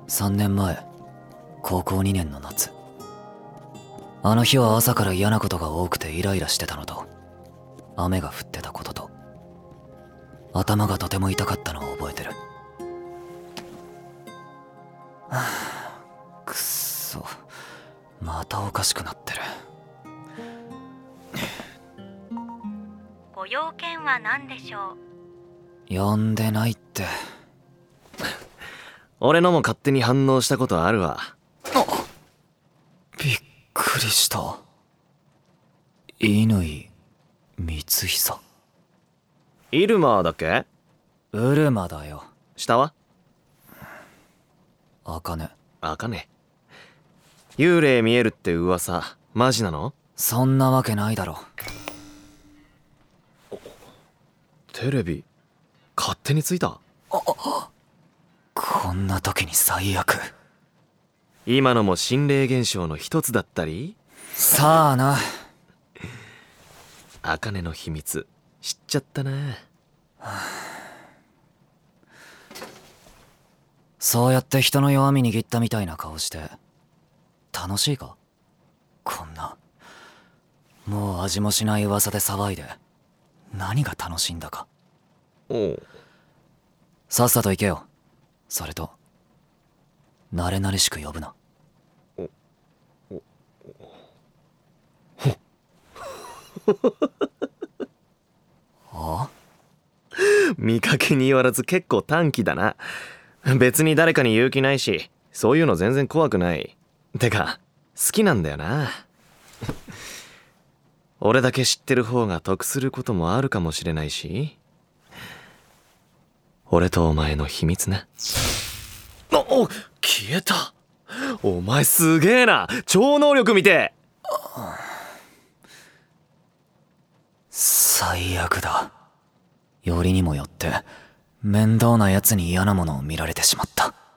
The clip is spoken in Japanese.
3年前、高校2年の夏。あの日は朝から嫌なことが多くてイライラしてたのと、雨が降ってたことと、頭がとても痛かったのを覚えてる。くっそ、またおかしくなってる。 ご用件は何でしょう？ 呼んでないって。 俺のも勝手に反応したことあるわ。 びっくりした。乾光久。 イルマーだっけ？ ウルマだよ。 下は？ 茜。 茜。幽霊見えるって噂、マジなの？ そんなわけないだろ。 テレビ勝手についた？ こんな時に最悪。 今のも心霊現象の一つだったり？ さあな。 茜の秘密知っちゃったな。 そうやって人の弱み握ったみたいな顔して楽しいか？こんなもう味もしない噂で騒いで何が楽しいんだか。 おう。 さっさと行けよ。それと慣れ慣れしく呼ぶな。あ？ 見かけによらず結構短気だな。別に誰かに言う気ないし、そういうの全然怖くない。てか好きなんだよな。俺だけ知ってる方が得することもあるかもしれないし。俺とお前の秘密な。消えた。お前すげえな。超能力見て。 最悪だ。よりにもよって面倒なやつに嫌なものを見られてしまった。